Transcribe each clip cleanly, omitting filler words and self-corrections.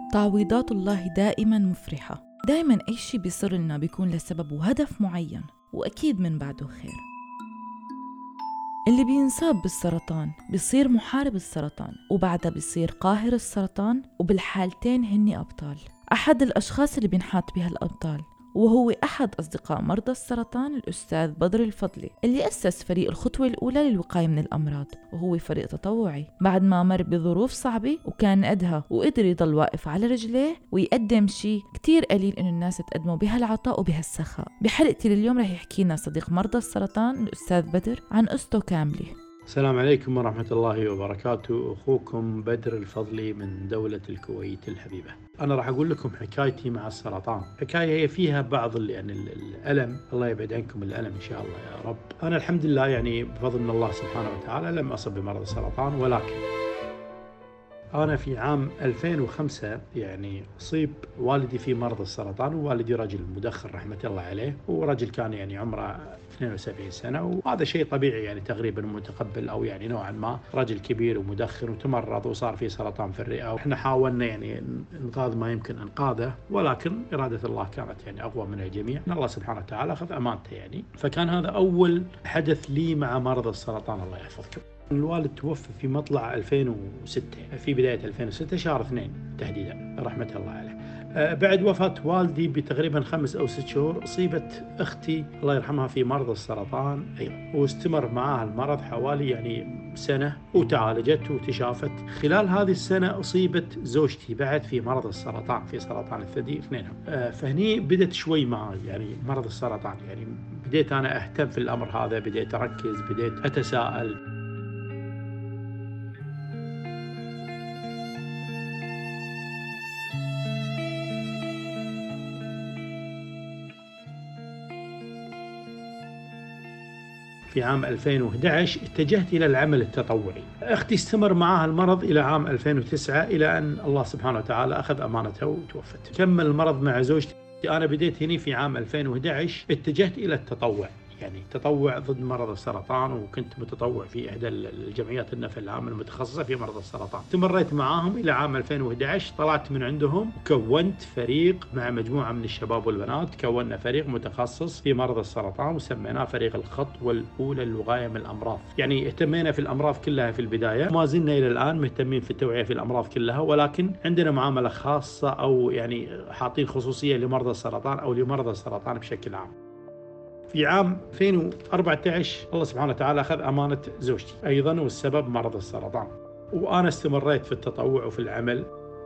تعويضات الله دائما مفرحة. دائما أي شي بيصير لنا بيكون لسبب وهدف معين، وأكيد من بعده خير. اللي بينصاب بالسرطان بيصير محارب السرطان، وبعدها بيصير قاهر السرطان، وبالحالتين هني أبطال. أحد الأشخاص اللي بينحاط بها الأبطال وهو أحد أصدقاء مرضى السرطان، الأستاذ بدر الفضلي، اللي أسس فريق الخطوة الأولى للوقاية من الأمراض، وهو فريق تطوعي بعد ما مر بظروف صعبة وكان قدها، وقدر يضل واقف على رجليه ويقدم شيء كتير قليل إنه الناس تقدموا بهالعطاء وبهالسخاء. بحلقتي لليوم رح يحكي لنا صديق مرضى السرطان الأستاذ بدر عن قصته كاملة. السلام عليكم ورحمة الله وبركاته. أخوكم بدر الفضلي من دولة الكويت الحبيبة. أنا راح أقول لكم حكايتي مع السرطان. حكاية هي فيها بعض الألم، الله يبعد عنكم الألم إن شاء الله يا رب. أنا الحمد لله يعني بفضل من الله سبحانه وتعالى لم أصب بمرض السرطان، ولكن أنا في عام 2005 يعني أصيب والدي في مرض السرطان، ووالدي رجل مدخن رحمة الله عليه، ورجل كان يعني عمره 72 سنة، وهذا شيء طبيعي يعني تقريبا متقبل، أو يعني نوعا ما رجل كبير ومدخن وتمرض وصار فيه سرطان في الرئة، وإحنا حاولنا يعني إنقاذ ما يمكن إنقاذه، ولكن إرادة الله كانت يعني أقوى من الجميع. الله سبحانه وتعالى أخذ أمانته يعني. فكان هذا أول حدث لي مع مرض السرطان الله يحفظكم. الوالد توفى في مطلع 2006، في بداية 2006 شهر 2 تحديدا رحمة الله عليه. بعد وفاة والدي بتقريبا 5 أو 6 شهور أصيبت أختي الله يرحمها في مرض السرطان أيضا، واستمر معها المرض حوالي يعني سنة، وتعالجت وتشافت. خلال هذه السنة أصيبت زوجتي بعد في مرض السرطان، في سرطان الثدي اثنينهم. فهني بدت شوي معي يعني مرض السرطان، يعني بديت أنا أهتم في الأمر هذا، بديت أركز، بديت أتساءل. في عام 2011 اتجهت إلى العمل التطوعي. أختي استمر معها المرض إلى عام 2009، إلى أن الله سبحانه وتعالى أخذ أمانته وتوفت. كمل المرض مع زوجتي. أنا بديت هنا في عام 2011 اتجهت إلى التطوع، يعني تطوع ضد مرض السرطان، وكنت متطوع في إحدى الجمعيات النفع العامة المتخصصة في مرض السرطان. استمريت معاهم إلى عام 2011، طلعت من عندهم وكونت فريق مع مجموعة من الشباب والبنات. كونا فريق متخصص في مرض السرطان وسميناه فريق الخطوة الأولى للوقاية من الأمراض. يعني اهتمينا في الأمراض كلها في البداية، ما زلنا إلى الآن مهتمين في التوعية في الأمراض كلها، ولكن عندنا معاملة خاصة، أو يعني حاطين خصوصية لمرضى السرطان أو لمرضى السرطان بشكل عام. في عام 2014 الله سبحانه وتعالى أخذ أمانة زوجتي أيضا، والسبب مرض السرطان، وأنا استمريت في التطوع وفي العمل.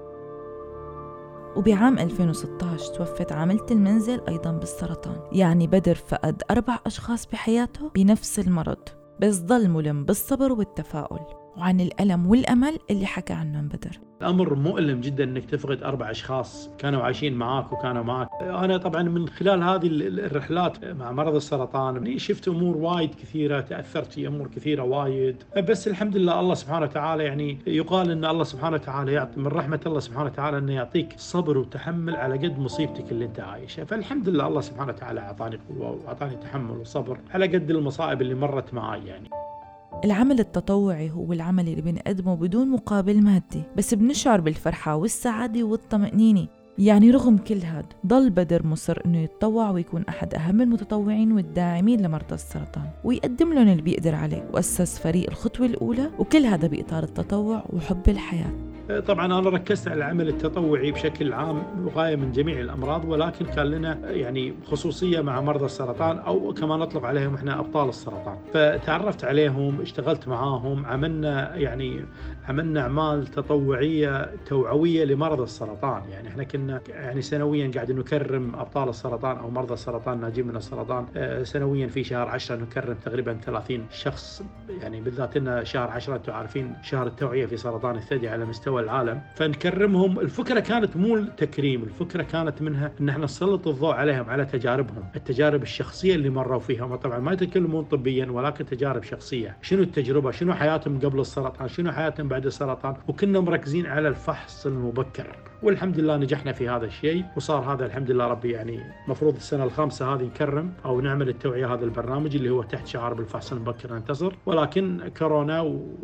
وبعام 2016 توفت عاملة المنزل أيضا بالسرطان. يعني بدر فقد 4 أشخاص بحياته بنفس المرض، بس ضل ملم بالصبر والتفاؤل وعن الألم والأمل اللي حكى عنهم بدر. الأمر مؤلم جدا أنك تفقد 4 أشخاص كانوا عايشين معاك وكانوا معاك. أنا طبعا من خلال هذه الرحلات مع مرض السرطان شفت أمور وايد كثيرة، تأثرت في أمور كثيرة وايد، بس الحمد لله الله سبحانه وتعالى يعني يقال أن الله سبحانه وتعالى يعطي من رحمة الله سبحانه وتعالى أنه يعطيك صبر وتحمل على قد مصيبتك اللي أنت عايشها. فالحمد لله الله سبحانه وتعالى أعطاني قوة وأعطاني تحمل وصبر على قد المصائب اللي مرت معي يعني. العمل التطوعي هو العمل اللي بنقدمه بدون مقابل مادي، بس بنشعر بالفرحة والسعادة والطمأنينة. يعني رغم كل هذا ضل بدر مصر إنه يتطوع ويكون أحد أهم المتطوعين والداعمين لمرضى السرطان، ويقدم لهم اللي بيقدر عليه، وأسس فريق الخطوة الأولى، وكل هذا بإطار التطوع وحب الحياة. طبعا أنا ركزت على العمل التطوعي بشكل عام، وقاية من جميع الأمراض، ولكن كان لنا يعني خصوصية مع مرضى السرطان، أو كما نطلق عليهم إحنا أبطال السرطان. فتعرفت عليهم، اشتغلت معاهم، عملنا أعمال تطوعية توعوية لمرضى السرطان. يعني إحنا كنا يعني سنويا قاعد نكرم أبطال السرطان أو مرضى السرطان ناجين من السرطان. سنويا في شهر 10 نكرم تقريبا 30 شخص، يعني بالذات إن شهر 10 أنتم عارفين شهر التوعية في سرطان الثدي على مستوى العالم، فنكرمهم. الفكرة كانت مو التكريم، الفكرة كانت منها ان احنا نسلط الضوء عليهم، على تجاربهم، التجارب الشخصية اللي مروا فيها. طبعا ما يتكلمون طبيا، ولكن تجارب شخصية. شنو التجربة، شنو حياتهم قبل السرطان، شنو حياتهم بعد السرطان، وكنا مركزين على الفحص المبكر. والحمد لله نجحنا في هذا الشيء، وصار هذا الحمد لله ربي يعني مفروض السنة الخامسة هذه نكرم أو نعمل التوعية، هذا البرنامج اللي هو تحت شعار بالفحص المبكر ننتصر. ولكن كورونا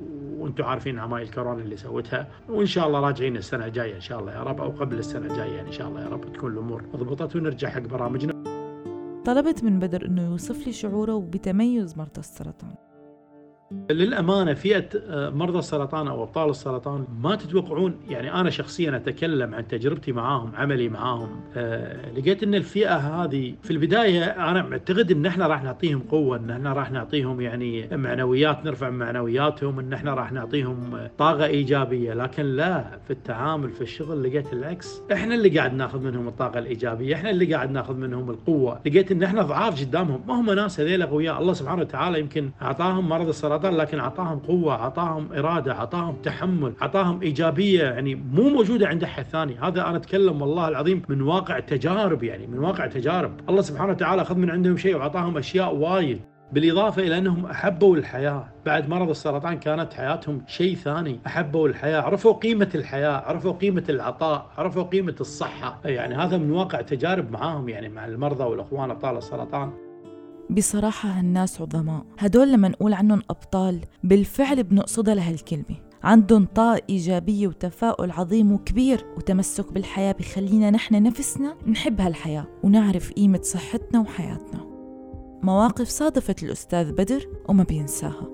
وانتم عارفين عمايل كورونا اللي سوتها، وان شاء الله راجعين السنه الجايه ان شاء الله يا رب، او قبل السنه الجايه ان شاء الله يا رب تكون الامور ضبطت ونرجع حق برامجنا. طلبت من بدر انه يوصف لي شعوره بتميز مرضى السرطان. للأمانة فئة مرضى السرطان أو أبطال السرطان ما تتوقعون، يعني أنا شخصيا أتكلم عن تجربتي معاهم، عملي معاهم، لقيت أن الفئة هذه في البداية أنا معتقد أن احنا راح نعطيهم قوة، أن احنا راح نعطيهم يعني معنويات، نرفع معنوياتهم، أن احنا راح نعطيهم طاقة إيجابية، لكن لا، في التعامل في الشغل لقيت العكس، احنا اللي قاعد ناخذ منهم الطاقة الإيجابية، احنا اللي قاعد ناخذ منهم القوة، لقيت أن احنا ضعاف قدامهم، ما هم ناس هذيل أقوياء، الله سبحانه وتعالى يمكن أعطاهم مرض السرطان لكن أعطاهم قوة، أعطاهم إرادة، أعطاهم تحمل، أعطاهم إيجابية يعني مو موجودة عند أحد ثاني. هذا أنا أتكلم والله العظيم من واقع تجارب، يعني من واقع تجارب. الله سبحانه وتعالى أخذ من عندهم شيء وأعطاهم أشياء وايد، بالإضافة إلى أنهم أحبوا الحياة بعد مرض السرطان، كانت حياتهم شيء ثاني، أحبوا الحياة، عرفوا قيمة الحياة، عرفوا قيمة العطاء، عرفوا قيمة الصحة. يعني هذا من واقع تجارب معاهم، يعني مع المرضى والأخوان أبطال السرطان. بصراحة هالناس عظماء، هدول لما نقول عنهم أبطال بالفعل بنقصدها لهالكلمة. عندهم طاقة إيجابية وتفاؤل عظيم وكبير، وتمسك بالحياة بخلينا نحن نفسنا نحب هالحياة ونعرف قيمة صحتنا وحياتنا. مواقف صادفت الأستاذ بدر وما بينساها.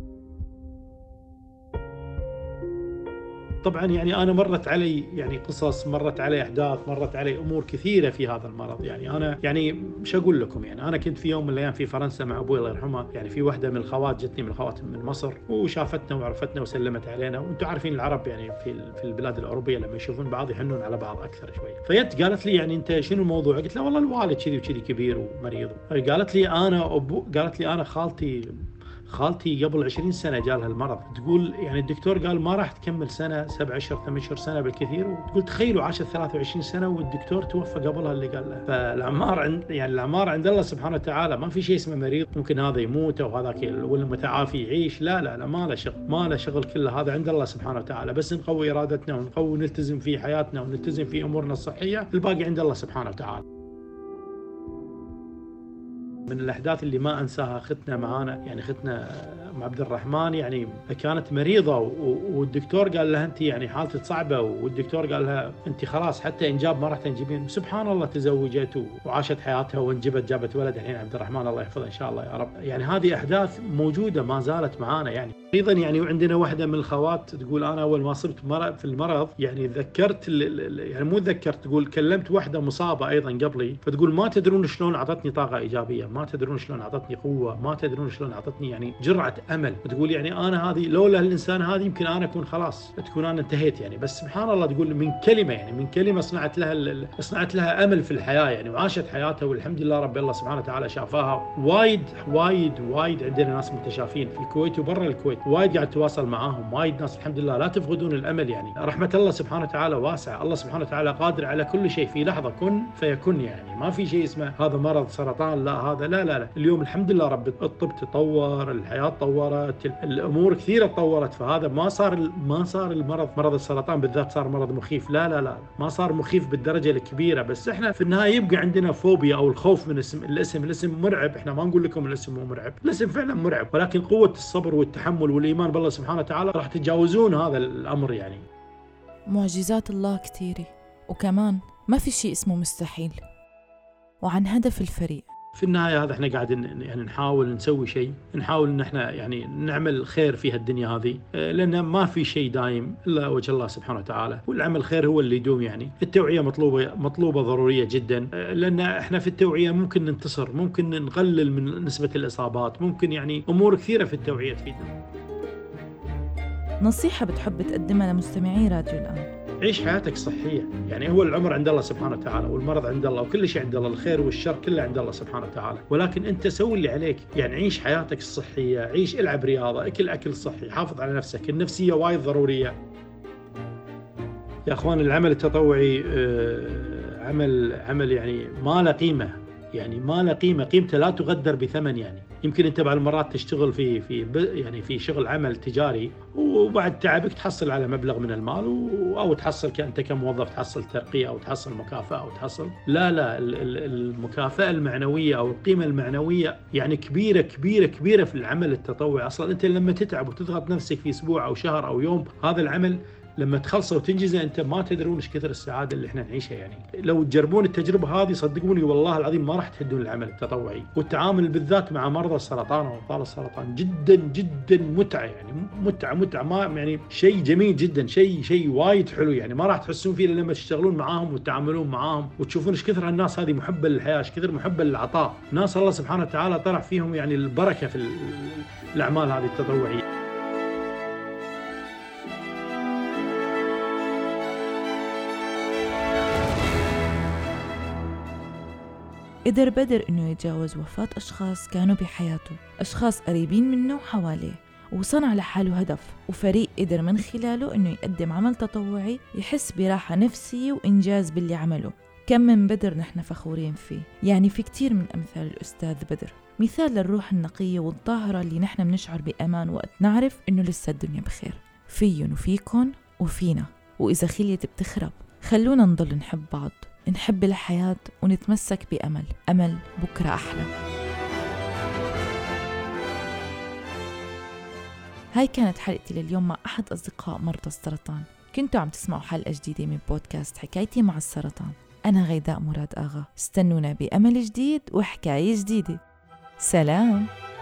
طبعا يعني أنا مرت علي يعني قصص، مرت علي أحداث، مرت علي أمور كثيرة في هذا المرض. يعني أنا يعني مش أقول لكم، يعني أنا كنت في يوم من الأيام في فرنسا مع أبوي الله يرحمه، يعني في واحدة من الخوات جتني من الخوات من مصر وشافتنا وعرفتنا وسلمت علينا، وأنتم عارفين العرب يعني في البلاد الأوروبية لما يشوفون بعض يحنون على بعض أكثر شوي. فيت قالت لي يعني أنت شنو الموضوع؟ قلت لها والله الوالد كذي وكذي كبير ومريض. قالت لي أنا خالتي قبل 20 سنة جالها المرض، تقول يعني الدكتور قال ما راح تكمل سنة، 7 أشهر 8 أشهر سنة بالكثير، وتقول تخيلوا عاشت 23 سنة والدكتور توفى قبلها اللي قال لها. فالأعمار عند الله سبحانه وتعالى، ما في شيء اسمه مريض ممكن هذا يموت أو هذاك والمتعافي يعيش، لا ما له شغل كله هذا عند الله سبحانه وتعالى. بس نقوي إرادتنا ونقوي نلتزم في حياتنا ونلتزم في أمورنا الصحية، الباقي عند الله سبحانه وتعالى. من الأحداث اللي ما أنساها ختنا معانا، يعني ختنا مع عبد الرحمن، يعني كانت مريضة والدكتور قال لها أنت يعني حالتك صعبة، والدكتور قال لها أنت خلاص حتى إنجاب ما راح تنجبين. سبحان الله تزوجت وعاشت حياتها وانجبت، جابت ولد الحين عبد الرحمن الله يحفظه إن شاء الله يا رب. يعني هذه أحداث موجودة ما زالت معانا. يعني أيضا يعني وعندنا واحدة من الخوات تقول أنا أول ما صرت في المرض يعني ذكرت يعني مو ذكرت، تقول كلمت واحدة مصابة أيضا قبلي، فتقول ما تدرون شلون أعطتني طاقة إيجابية، ما تدرون شلون أعطتني قوة، ما تدرون شلون أعطتني يعني جرعة أمل. تقول يعني أنا هذه لولا الإنسان هذه يمكن أنا أكون خلاص تكون أنا انتهيت يعني. بس سبحان الله تقول من كلمة صنعت لها أمل في الحياة يعني، وعاشت حياتها والحمد لله رب الله سبحانه وتعالى شافاها. وايد عندنا ناس متشافين في الكويت وبرا الكويت، وايد قاعد تواصل معاهم، وايد ناس الحمد لله لا تفقدون الأمل. يعني رحمة الله سبحانه وتعالى واسعة، الله سبحانه وتعالى قادر على كل شيء، في لحظة كن فيكون. يعني ما في شيء اسمه هذا مرض سرطان، لا هذا لا. اليوم الحمد لله رب الطب تطور، الحياة تطورت، الأمور كثيرة تطورت، فهذا ما صار مرض السرطان بالذات صار مرض مخيف، لا ما صار مخيف بالدرجة الكبيرة. بس احنا في النهاية يبقى عندنا فوبيا أو الخوف من الاسم مرعب. احنا ما نقول لكم الاسم مو مرعب، الاسم فعلا مرعب، ولكن قوة الصبر والتحمل والإيمان بالله سبحانه وتعالى راح تتجاوزون هذا الأمر. يعني معجزات الله كثيرة، وكمان ما في شيء اسمه مستحيل. وعن هدف الفريق في النهاية هذا احنا قاعدين يعني نحاول نسوي شيء، نحاول ان احنا يعني نعمل خير في هالدنيا هذه، لان ما في شيء دايم الا وجه الله سبحانه وتعالى، والعمل خير هو اللي يدوم. يعني التوعية مطلوبة ضرورية جدا، لان احنا في التوعية ممكن ننتصر، ممكن نقلل من نسبة الإصابات، ممكن يعني امور كثيرة في التوعية تفيدنا. نصيحة بتحب تقدمها لمستمعي راديو الآن؟ عيش حياتك صحية. يعني هو العمر عند الله سبحانه وتعالى، والمرض عند الله، وكل شيء عند الله، الخير والشر كله عند الله سبحانه وتعالى، ولكن أنت سوي اللي عليك. يعني عيش حياتك الصحية، عيش، العب رياضة، أكل صحي، حافظ على نفسك، النفسية وايد ضرورية يا أخوان. العمل التطوعي عمل يعني ما له قيمة يعني ما له قيمة، قيمته لا تقدر بثمن. يعني يمكن أنت بعض المرات تشتغل يعني في شغل عمل تجاري، وبعد تعبك تحصل على مبلغ من المال، أو تحصل أنت كموظف تحصل ترقية أو تحصل مكافأة أو تحصل لا المكافأة المعنوية أو القيمة المعنوية يعني كبيرة كبيرة كبيرة في العمل التطوعي. أصلا أنت لما تتعب وتضغط نفسك في أسبوع أو شهر أو يوم، هذا العمل لما تخلصه وتنجزه أنت ما تدرون إيش كثر السعادة اللي إحنا نعيشها. يعني لو تجربون التجربة هذه صدقوني والله العظيم ما راح تحدون العمل التطوعي. والتعامل بالذات مع مرضى السرطان وأبطال السرطان جدا جدا متعة، يعني متعة ما يعني شيء جميل جدا، شيء وايد حلو. يعني ما راح تحسون فيه لما تشتغلون معاهم وتتعاملون معاهم وتشوفون إيش كثر الناس هذه محبة للحياة، إيش كثر محبة للعطاء، ناس الله سبحانه وتعالى طرح فيهم يعني البركة في الأعمال هذه التطوعية. قدر بدر إنه يتجاوز وفاة أشخاص كانوا بحياته، أشخاص قريبين منه وحواليه، وصنع لحاله هدف وفريق قدر من خلاله إنه يقدم عمل تطوعي يحس براحة نفسية وإنجاز باللي عمله. كم من بدر نحن فخورين فيه. يعني في كتير من أمثال الأستاذ بدر، مثال للروح النقية والطاهرة اللي نحن بنشعر بأمان وقت نعرف إنه لسه الدنيا بخير فيهم وفيكن وفينا. وإذا خليت بتخرب خلونا نضل نحب بعض، نحب الحياة ونتمسك أمل بكرة أحلى. هاي كانت حلقتي لليوم مع أحد أصدقاء مرضى السرطان. كنتوا عم تسمعوا حلقة جديدة من بودكاست حكايتي مع السرطان. أنا غيداء مراد آغا، استنونا بأمل جديد وحكاية جديدة. سلام.